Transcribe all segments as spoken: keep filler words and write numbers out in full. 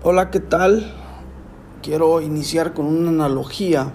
Hola, ¿qué tal? Quiero iniciar con una analogía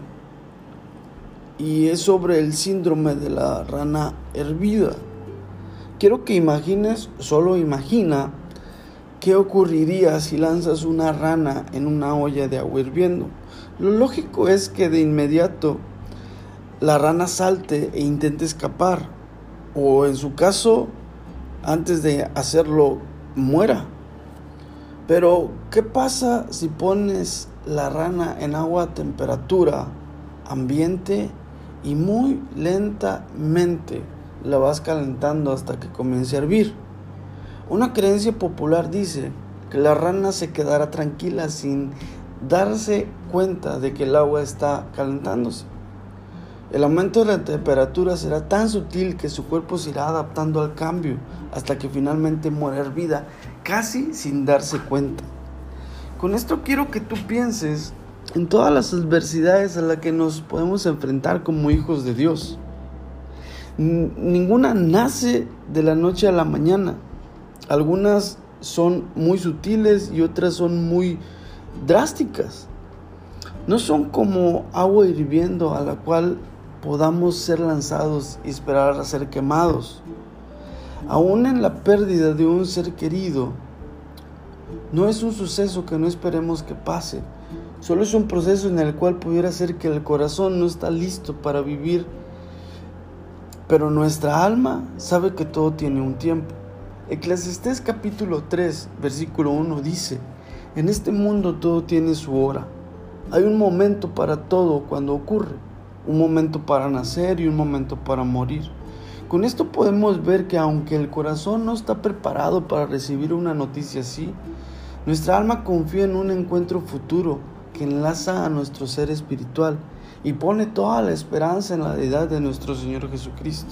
y es sobre el síndrome de la rana hervida. Quiero que imagines, solo imagina, qué ocurriría si lanzas una rana en una olla de agua hirviendo. Lo lógico es que de inmediato la rana salte e intente escapar, o en su caso, antes de hacerlo, muera. Pero, ¿qué pasa si pones la rana en agua a temperatura ambiente y muy lentamente la vas calentando hasta que comience a hervir? Una creencia popular dice que la rana se quedará tranquila sin darse cuenta de que el agua está calentándose. El aumento de la temperatura será tan sutil que su cuerpo se irá adaptando al cambio hasta que finalmente muera hervida, casi sin darse cuenta. Con esto quiero que tú pienses en todas las adversidades a las que nos podemos enfrentar como hijos de Dios. N- ninguna nace de la noche a la mañana. Algunas son muy sutiles y otras son muy drásticas. No son como agua hirviendo a la cual podamos ser lanzados y esperar a ser quemados. Aún en la pérdida de un ser querido, no es un suceso que no esperemos que pase. Solo es un proceso en el cual pudiera ser que el corazón no está listo para vivir, pero nuestra alma sabe que todo tiene un tiempo. Eclesiastés capítulo tres, versículo uno dice: en este mundo todo tiene su hora. Hay un momento para todo cuando ocurre, un momento para nacer y un momento para morir. Con esto podemos ver que aunque el corazón no está preparado para recibir una noticia así, nuestra alma confía en un encuentro futuro que enlaza a nuestro ser espiritual y pone toda la esperanza en la deidad de nuestro Señor Jesucristo.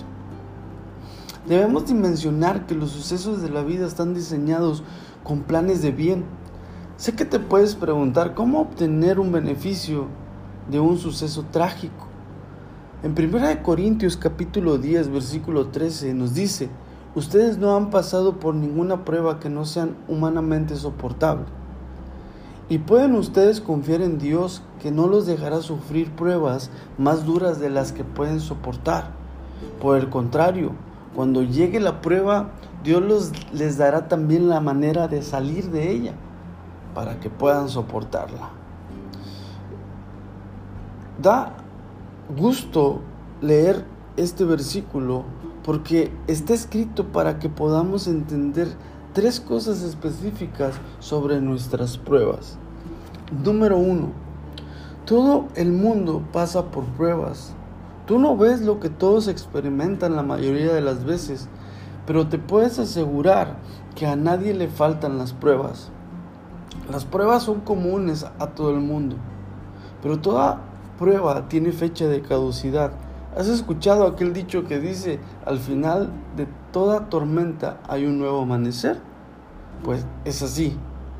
Debemos dimensionar que los sucesos de la vida están diseñados con planes de bien. Sé que te puedes preguntar cómo obtener un beneficio de un suceso trágico. En primera de Corintios capítulo diez, versículo trece nos dice: ustedes no han pasado por ninguna prueba que no sea humanamente soportable. Y pueden ustedes confiar en Dios, que no los dejará sufrir pruebas más duras de las que pueden soportar. Por el contrario, cuando llegue la prueba, Dios los, les dará también la manera de salir de ella, para que puedan soportarla. Da gusto leer este versículo porque está escrito para que podamos entender tres cosas específicas sobre nuestras pruebas. Número uno, todo el mundo pasa por pruebas. Tú no ves lo que todos experimentan la mayoría de las veces, pero te puedes asegurar que a nadie le faltan las pruebas. Las pruebas son comunes a todo el mundo, pero toda prueba tiene fecha de caducidad. ¿Has escuchado aquel dicho que dice: al final de toda tormenta hay un nuevo amanecer? Pues es así.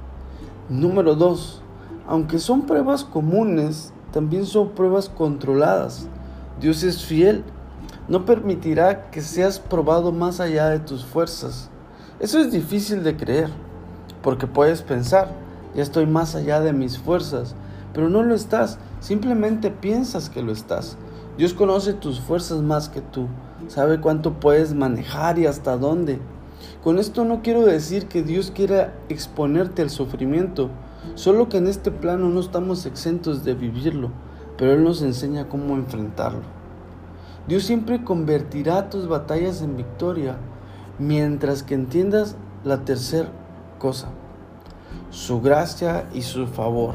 Número dos, aunque son pruebas comunes, también son pruebas controladas. Dios es fiel, no permitirá que seas probado más allá de tus fuerzas. Eso es difícil de creer, porque puedes pensar: ya estoy más allá de mis fuerzas, pero no lo estás, simplemente piensas que lo estás. Dios conoce tus fuerzas más que tú, sabe cuánto puedes manejar y hasta dónde. Con esto no quiero decir que Dios quiera exponerte al sufrimiento, solo que en este plano no estamos exentos de vivirlo, pero Él nos enseña cómo enfrentarlo. Dios siempre convertirá tus batallas en victoria, mientras que entiendas la tercera cosa: su gracia y su favor.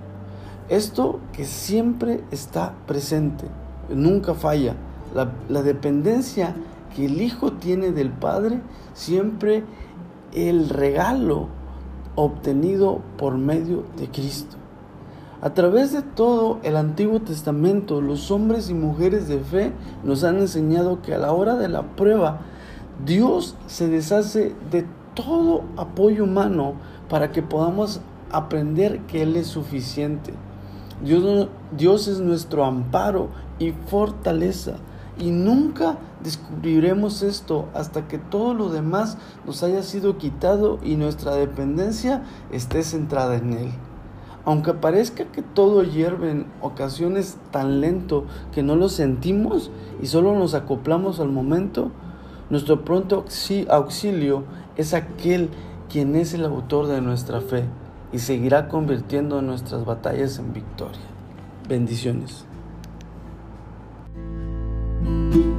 Esto que siempre está presente, nunca falla. La, la dependencia que el Hijo tiene del Padre, siempre el regalo obtenido por medio de Cristo. A través de todo el Antiguo Testamento, los hombres y mujeres de fe nos han enseñado que a la hora de la prueba, Dios se deshace de todo apoyo humano para que podamos aprender que Él es suficiente. Dios, Dios es nuestro amparo y fortaleza, y nunca descubriremos esto hasta que todo lo demás nos haya sido quitado y nuestra dependencia esté centrada en Él. Aunque parezca que todo hierve en ocasiones tan lento que no lo sentimos y solo nos acoplamos al momento, nuestro pronto auxilio es aquel quien es el autor de nuestra fe y seguirá convirtiendo nuestras batallas en victoria. Bendiciones.